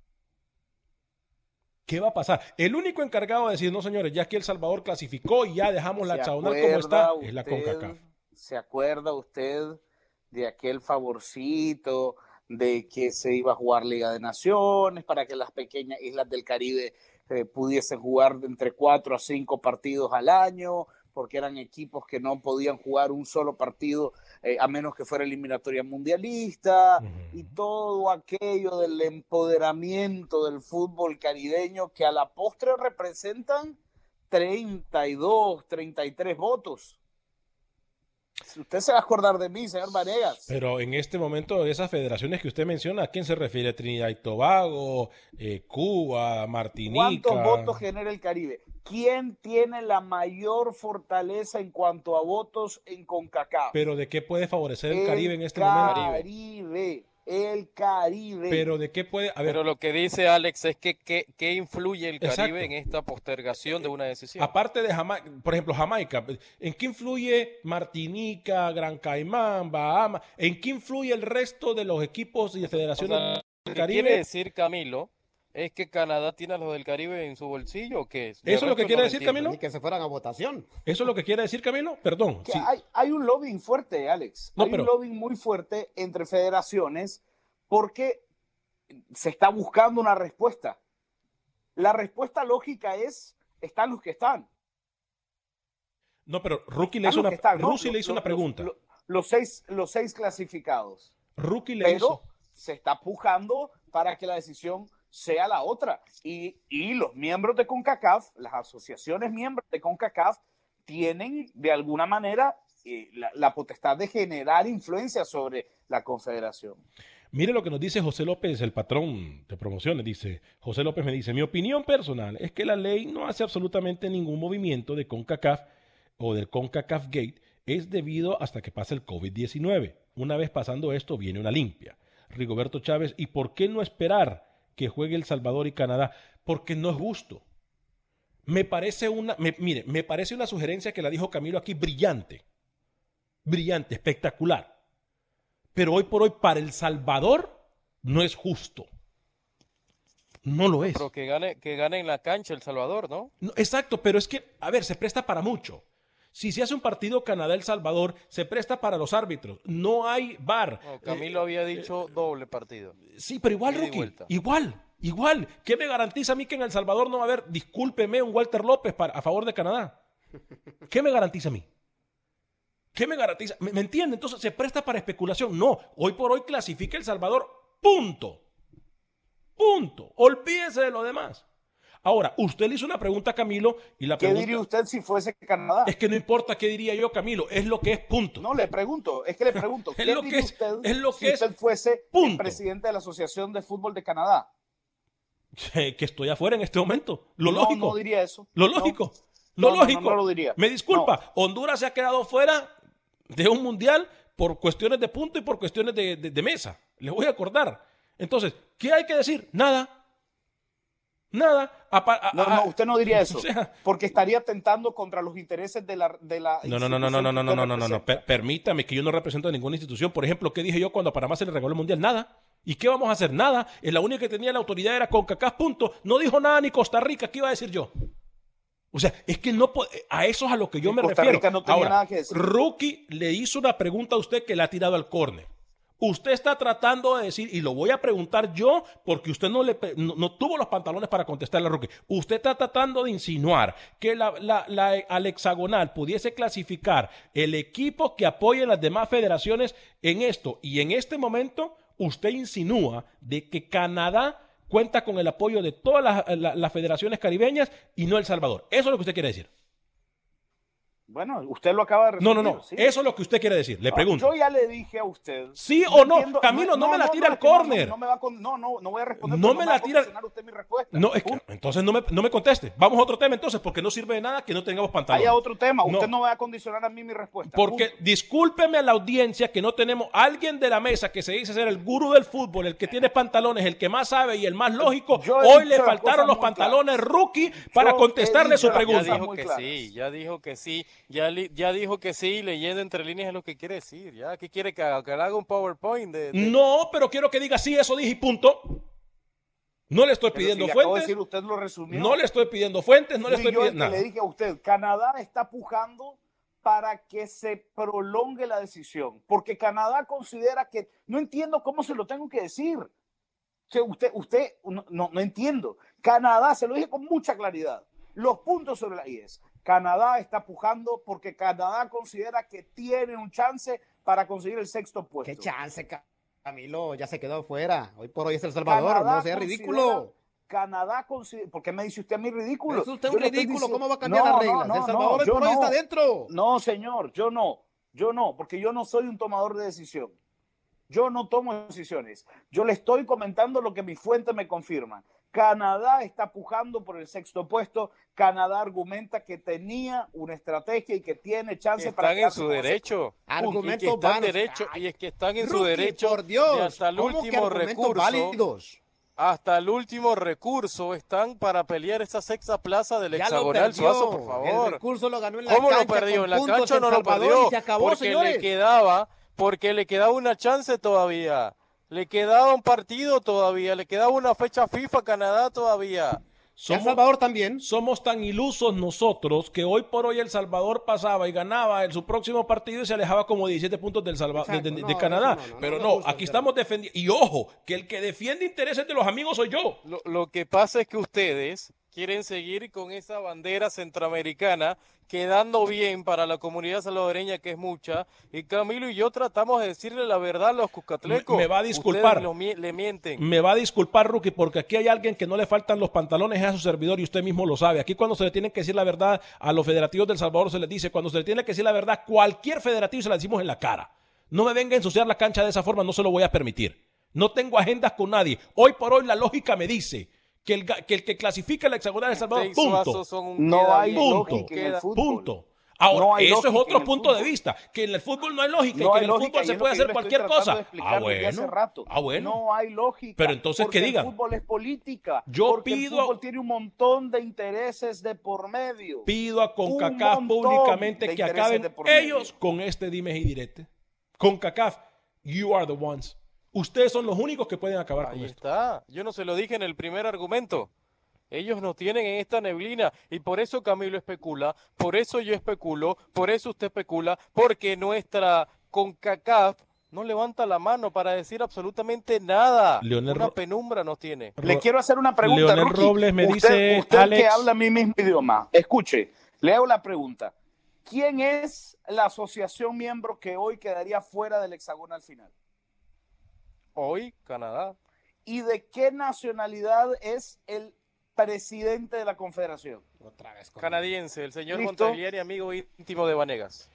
¿Qué va a pasar? El único encargado de decir, no señores, ya que El Salvador clasificó y ya dejamos la chaonal como está, es la CONCACAF. ¿Se acuerda usted de aquel favorcito de que se iba a jugar Liga de Naciones para que las pequeñas islas del Caribe pudiesen jugar de entre 4 a 5 partidos al año, porque eran equipos que no podían jugar un solo partido a menos que fuera eliminatoria mundialista, y todo aquello del empoderamiento del fútbol caribeño que a la postre representan 32, 33 votos? Usted se va a acordar de mí, señor Vanegas. Pero en este momento, de esas federaciones que usted menciona, ¿a quién se refiere? Trinidad y Tobago, Cuba, Martinica. ¿Cuántos votos genera el Caribe? ¿Quién tiene la mayor fortaleza en cuanto a votos en CONCACAF? ¿Pero de qué puede favorecer el Caribe en este momento? El Caribe. ¿Pero de qué puede? A ver. Pero lo que dice Alex es que ¿qué influye el Caribe Exacto. en esta postergación de una decisión? Aparte de Jamaica, por ejemplo, Jamaica, ¿en qué influye Martinica, Gran Caimán, Bahamas? ¿En qué influye el resto de los equipos y federaciones del ¿Qué Caribe? quiere decir, Camilo? ¿Es que Canadá tiene a los del Caribe en su bolsillo o qué? ¿Eso es lo que quiere decir, Camilo? Ni que se fueran a votación. ¿Eso es lo que quiere decir, Camilo? Perdón. Que Sí. hay un lobbying fuerte, Alex. No, hay pero- un lobbying muy fuerte entre federaciones porque se está buscando una respuesta. La respuesta lógica es, están los que están. No, pero Rookie le Están hizo los que están, ¿no? Rusi le hizo una pregunta. Los seis clasificados. Rookie le Pero hizo... se está pujando para que la decisión sea la otra. Y los miembros de CONCACAF, las asociaciones miembros de CONCACAF, tienen de alguna manera la potestad de generar influencia sobre la confederación. Mire lo que nos dice José López, el patrón de promociones. Dice, José López me dice, mi opinión personal es que la ley no hace absolutamente ningún movimiento de CONCACAF o del CONCACAF Gate, es debido hasta que pase el COVID-19. Una vez pasando esto, viene una limpia. Rigoberto Chávez, ¿y por qué no esperar que juegue El Salvador y Canadá? Porque no es justo. Me parece una sugerencia que la dijo Camilo aquí brillante, espectacular. Pero hoy por hoy para El Salvador no es justo. No lo es. Pero que gane en la cancha El Salvador, ¿no? No, exacto, pero es que, a ver, se presta para mucho. Si se hace un partido Canadá-El Salvador, se presta para los árbitros. No hay VAR. No, Camilo había dicho doble partido. Sí, pero igual, Rookie. Igual. ¿Qué me garantiza a mí que en El Salvador no va a haber, discúlpeme, un Walter López a favor de Canadá? ¿Qué me garantiza a mí? ¿Qué me garantiza? ¿Me entiende? Entonces se presta para especulación. No, hoy por hoy clasifica El Salvador. Punto. Olvídese de lo demás. Ahora, usted le hizo una pregunta a Camilo y la pregunta... ¿Qué diría usted si fuese Canadá? Es que no importa qué diría yo, Camilo, es lo que es, punto. No, le pregunto, ¿qué diría usted si usted fuese el presidente de la Asociación de Fútbol de Canadá? Que estoy afuera en este momento. Lo lógico. No diría eso. Lo lógico. No lo diría. Me disculpa, Honduras se ha quedado fuera de un mundial por cuestiones de punto y por cuestiones de mesa. Les voy a acordar. Entonces, ¿qué hay que decir? Nada. No, usted no diría eso, o sea, porque estaría atentando contra los intereses de la No. Permítame, que yo no represento a ninguna institución. Por ejemplo, ¿qué dije yo cuando a Panamá se le regaló el mundial? Nada. ¿Y qué vamos a hacer? Nada. La única que tenía la autoridad era CONCACAF, punto. No dijo nada ni Costa Rica. ¿Qué iba a decir yo? O sea, es que no a eso es a lo que yo me Costa refiero. Rica no tenía nada que decir. Rookie le hizo una pregunta a usted que le ha tirado al córner. Usted está tratando de decir, y lo voy a preguntar yo, porque usted no tuvo los pantalones para contestarle a Rookie. Usted está tratando de insinuar que al hexagonal pudiese clasificar el equipo que apoye las demás federaciones en esto. Y en este momento, usted insinúa de que Canadá cuenta con el apoyo de todas las federaciones caribeñas y no El Salvador. Eso es lo que usted quiere decir. Bueno, usted lo acaba de responder. No. ¿Sí? Eso es lo que usted quiere decir. Le pregunto. Yo ya le dije a usted. ¿Sí o no? Camilo, no me la tira al córner. No voy a responder. No me la tira. Usted mi respuesta. No, entonces no me conteste. Vamos a otro tema entonces, porque no sirve de nada que no tengamos pantalones. Hay otro tema. Usted no va a condicionar a mí mi respuesta. Porque discúlpeme a la audiencia que no tenemos alguien de la mesa que se dice ser el gurú del fútbol, el que tiene pantalones, el que más sabe y el más lógico. Hoy le faltaron los pantalones Rookie para contestarle su pregunta. Ya dijo que sí. Ya dijo que sí, leyendo entre líneas es lo que quiere decir. ¿Ya? ¿Qué quiere que haga? ¿Que le haga un PowerPoint? No, pero quiero que diga sí, eso dije y punto. No le estoy pidiendo fuentes. Decir, usted lo resumió. No le estoy pidiendo fuentes, no le estoy pidiendo nada. Le dije a usted, Canadá está pujando para que se prolongue la decisión, porque Canadá considera que, no entiendo cómo se lo tengo que decir. O sea, usted no entiendo. Canadá, se lo dije con mucha claridad. Los puntos sobre la IES. Canadá está pujando porque Canadá considera que tiene un chance para conseguir el sexto puesto. ¿Qué chance, Camilo? Ya se quedó fuera. Hoy por hoy es El Salvador, no sea ridículo. Canadá considera... ¿Por qué me dice usted a mí ridículo? Es usted un ridículo, ¿cómo va a cambiar las reglas? El Salvador hoy por hoy está dentro. No, señor, yo no, porque yo no soy un tomador de decisión. Yo no tomo decisiones. Yo le estoy comentando lo que mi fuente me confirma. Canadá está pujando por el sexto puesto. Canadá argumenta que tenía una estrategia y que tiene chance para... Están en su derecho. Argumentos y es que están en su derecho. Por Dios, hasta el último recurso. Válidos? Hasta el último recurso están para pelear esa sexta plaza del hexagonal. Suazo, por favor. El recurso lo ganó en la ¿Cómo cancha. lo perdió? En la cancha no lo perdió. Se acabó, porque señores. le quedaba una chance todavía. Le quedaba un partido todavía. Le quedaba una fecha FIFA a Canadá todavía. El Salvador también. Somos tan ilusos nosotros que hoy por hoy El Salvador pasaba y ganaba en su próximo partido y se alejaba como 17 puntos de Canadá. Pero no, aquí estamos defendiendo. Y ojo, que el que defiende intereses de los amigos soy yo. Lo que pasa es que ustedes quieren seguir con esa bandera centroamericana, quedando bien para la comunidad salvadoreña, que es mucha, y Camilo y yo tratamos de decirle la verdad a los cuscatlecos. Me va a disculpar. Le mienten. Me va a disculpar, Rookie, porque aquí hay alguien que no le faltan los pantalones a su servidor y usted mismo lo sabe. Aquí cuando se le tiene que decir la verdad a los federativos del Salvador se les dice, cuando se le tiene que decir la verdad, cualquier federativo se la decimos en la cara. No me venga a ensuciar la cancha de esa forma, no se lo voy a permitir. No tengo agendas con nadie. Hoy por hoy la lógica me dice que el que clasifica la hexagonal de El Salvador, punto. No hay punto. lógica en el fútbol. Punto. Ahora, No hay eso es lógica otro en el punto de fútbol. vista, que en el fútbol no hay lógica, No y que hay en el lógica, fútbol y se es puede lo que hacer yo le cualquier estoy tratando de cosa. explicar desde hace rato. Bueno. No hay lógica. Pero entonces, porque ¿qué digan? El fútbol es política. Yo porque pido- el fútbol tiene un montón de intereses de por medio. Pido a Un CONCACAF montón públicamente de que intereses acaben de por medio. ellos con este dimes y direte. CONCACAF, you are the ones. Ustedes son los únicos que pueden acabar con Ahí esto. está. Yo no se lo dije en el primer argumento. Ellos nos tienen en esta neblina y por eso Camilo especula, por eso yo especulo, por eso usted especula, porque nuestra CONCACAF no levanta la mano para decir absolutamente nada. Una penumbra nos tiene. Le quiero hacer una pregunta, Leonel Rookie. Robles me dice, usted Alex, que habla mi mismo idioma, escuche, le hago la pregunta. ¿Quién es la asociación miembro que hoy quedaría fuera del hexagonal final? Hoy, Canadá. ¿Y de qué nacionalidad es el presidente de la confederación? Otra vez. Canadiense, el señor ¿Listo? Montagliari, amigo íntimo de Vanegas.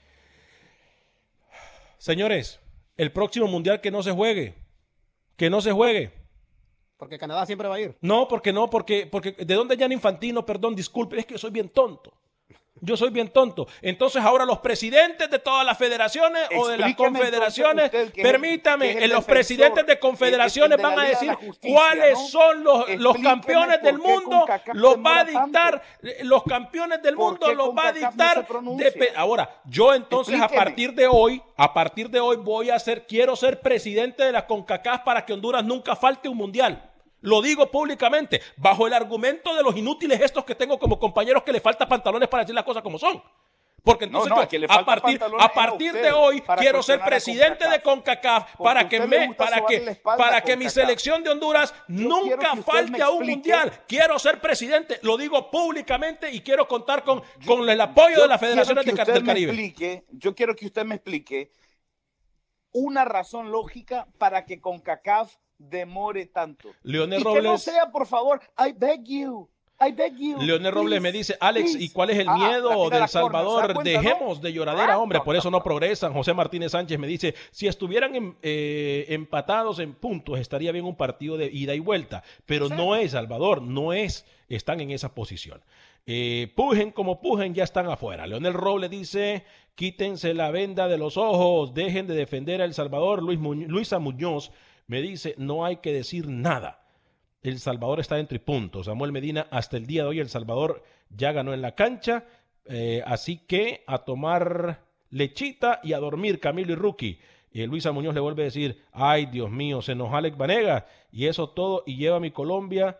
señores, el próximo mundial que no se juegue. Que no se juegue. Porque Canadá siempre va a ir. No, porque ¿de dónde Gianni Infantino? Perdón, disculpe, es que soy bien tonto. Yo soy bien tonto. Entonces ahora los presidentes de todas las federaciones o de las Explíqueme confederaciones, entonces usted, que permítame, es el los defensor, presidentes de confederaciones de la van a Liga de decir la Justicia, cuáles ¿no? son los Explíqueme campeones del por qué mundo, CONCACAF los va a demora dictar, los campeones del ¿Por mundo qué los va a CONCACAF no dictar. se pronuncia? Ahora, yo entonces Explíqueme. a partir de hoy quiero ser presidente de la CONCACAF para que Honduras nunca falte un mundial. Lo digo públicamente, bajo el argumento de los inútiles estos que tengo como compañeros que le falta pantalones para decir las cosas como son. Porque entonces No, yo, que le a falta partir pantalones de hoy para quiero ser cuestionar a presidente de CONCACAF Porque para a usted le gusta sobarle la espalda a que mi CONCACAF. selección de Honduras quiero nunca que usted falte me a un explique- mundial. Quiero ser presidente, lo digo públicamente y quiero contar con el apoyo de las federaciones del Caribe. Yo quiero que usted me explique una razón lógica para que CONCACAF demore tanto. Leonel y que no Robles- sea, por favor, I beg you. Leonel Robles me dice, Alex, ¿y cuál es el miedo del Salvador? Dejemos de lloradera, hombre, por eso no progresan. José Martínez Sánchez me dice, si estuvieran empatados en puntos, estaría bien un partido de ida y vuelta, pero no es Salvador, están en esa posición. Pujen como pujen, ya están afuera. Leonel Robles dice, quítense la venda de los ojos, dejen de defender a El Salvador. Luisa Muñoz me dice, no hay que decir nada. El Salvador está dentro y punto. Samuel Medina, hasta el día de hoy El Salvador ya ganó en la cancha, así que a tomar lechita y a dormir, Camilo y Rookie. Luisa Muñoz le vuelve a decir, ay Dios mío, se nos Alex Vanegas, y eso todo, y lleva a mi Colombia,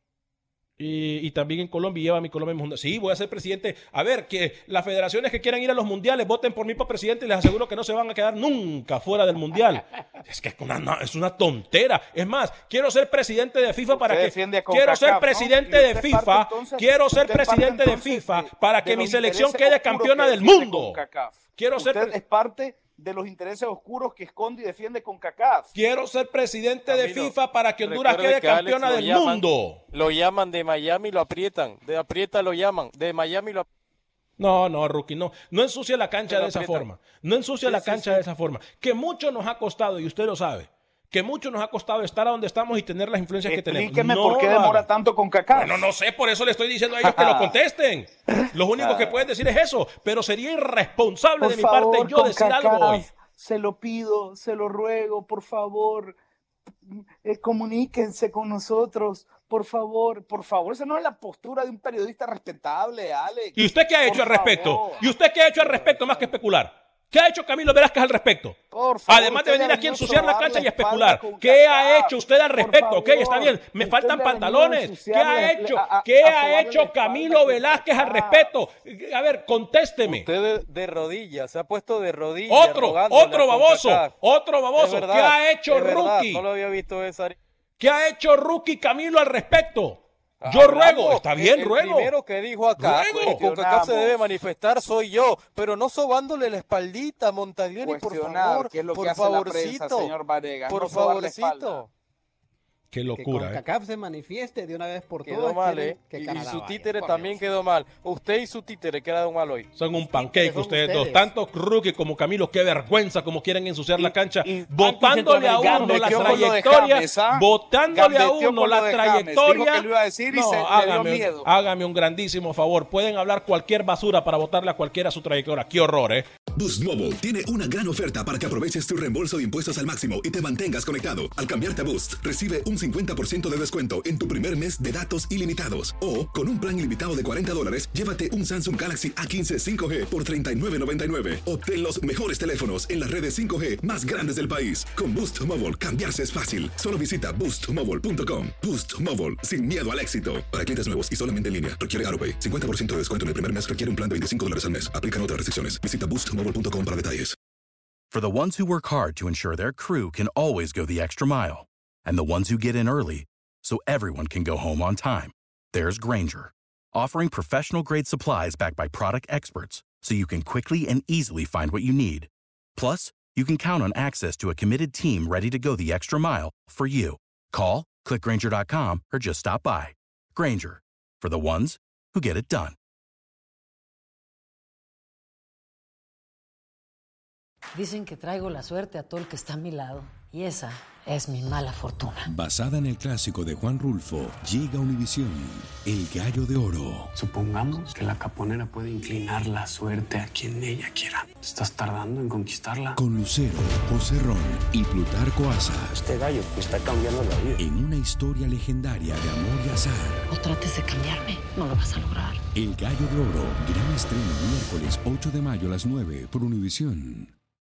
y también en Colombia, y lleva a mi Colombia en mundial. Sí, voy a ser presidente. A ver, que las federaciones que quieran ir a los mundiales voten por mí para presidente y les aseguro que no se van a quedar nunca fuera del mundial. Es que es una tontera. Es más, quiero ser presidente de FIFA para que quiero ser presidente de FIFA, quiero ser presidente de FIFA para que mi selección quede campeona del mundo. Quiero ser es parte de los intereses oscuros que esconde y defiende CONCACAF. Quiero ser presidente de FIFA para que Honduras Recuerde quede que Alex campeona del mundo. Lo llaman de Miami, lo aprietan. De aprieta lo llaman. De Miami lo No, Rookie, no ensucia la cancha de esa aprietan. forma. No ensucia la cancha de esa forma. Que mucho nos ha costado, y usted lo sabe, que mucho nos ha costado estar a donde estamos y tener las influencias que tenemos. Explíqueme por qué demora tanto CONCACAF. No sé, por eso le estoy diciendo a ellos que lo contesten. Los únicos que pueden decir es eso, pero sería irresponsable de mi parte yo decir algo hoy. Se lo pido, se lo ruego, por favor, comuníquense con nosotros, por favor. Esa no es la postura de un periodista respetable, Alex. ¿Y usted qué ha hecho al respecto? ¿Y usted qué ha hecho al respecto más que especular? ¿Qué ha hecho Camilo Velázquez al respecto? Por favor, además de venir aquí a ensuciar la cancha y especular. ¿Qué ha hecho usted al respecto? Ok, está bien, me faltan pantalones. ¿Qué ha hecho Camilo Velázquez al respecto? A ver, contésteme. Usted de rodillas, se ha puesto de rodillas. Otro baboso. Verdad, ¿Qué ha hecho Rookie? Rookie? No lo había visto esa. ¿Qué ha hecho Rookie Camilo al respecto? Yo ruego, está bien, el ruego. primero que dijo acá, Ruego. que CONCACAF se debe manifestar soy yo, pero no sobándole la espaldita a Montalioni, por favor, ¿qué es lo por que hace la prensa, señor Vanegas? por No sobarle favorcito. Qué locura, que CONCACAF se manifieste de una vez por Quedó todas. mal, que y Canadá su vaya, títere por también Dios. quedó mal. Usted y su títere quedaron mal hoy. Son un pancake son ustedes dos. ustedes. Tanto Rookie como Camilo, qué vergüenza como quieren ensuciar la cancha. y botándole a uno la metió con lo de trayectoria. James, ¿ah? Botándole a Gambeteó uno con lo la de James. trayectoria. Dijo que lo iba a decir y se le dio miedo. Hágame un grandísimo favor. Pueden hablar cualquier basura para botarle a cualquiera su trayectoria. Qué horror, ¿eh? Boost Mobile tiene una gran oferta para que aproveches tu reembolso de impuestos al máximo y te mantengas conectado. Al cambiarte a Boost, recibe un 50% de descuento en tu primer mes de datos ilimitados. O, con un plan ilimitado de $40, llévate un Samsung Galaxy A15 5G por $39.99. Obtén los mejores teléfonos en las redes 5G más grandes del país. Con Boost Mobile, cambiarse es fácil. Solo visita boostmobile.com. Boost Mobile, sin miedo al éxito. Para clientes nuevos y solamente en línea, requiere AutoPay. 50% de descuento en el primer mes requiere un plan de $25 al mes. Aplican otras restricciones. Visita boostmobile.com para detalles. For the ones who work hard to ensure their crew can always go the extra mile, and the ones who get in early so everyone can go home on time, there's Grainger, offering professional-grade supplies backed by product experts so you can quickly and easily find what you need. Plus, you can count on access to a committed team ready to go the extra mile for you. Call, click Grainger.com, or just stop by. Grainger, for the ones who get it done. Dicen que traigo la suerte a todo el que está a mi lado. Y esa es mi mala fortuna. Basada en el clásico de Juan Rulfo, llega Univisión, El Gallo de Oro. Supongamos que la caponera puede inclinar la suerte a quien ella quiera. ¿Estás tardando en conquistarla? Con Lucero, José Ron y Plutarco Asa. Este gallo me está cambiando la vida. En una historia legendaria de amor y azar. No trates de cambiarme, no lo vas a lograr. El Gallo de Oro, gran estreno miércoles 8 de mayo a las 9 por Univisión.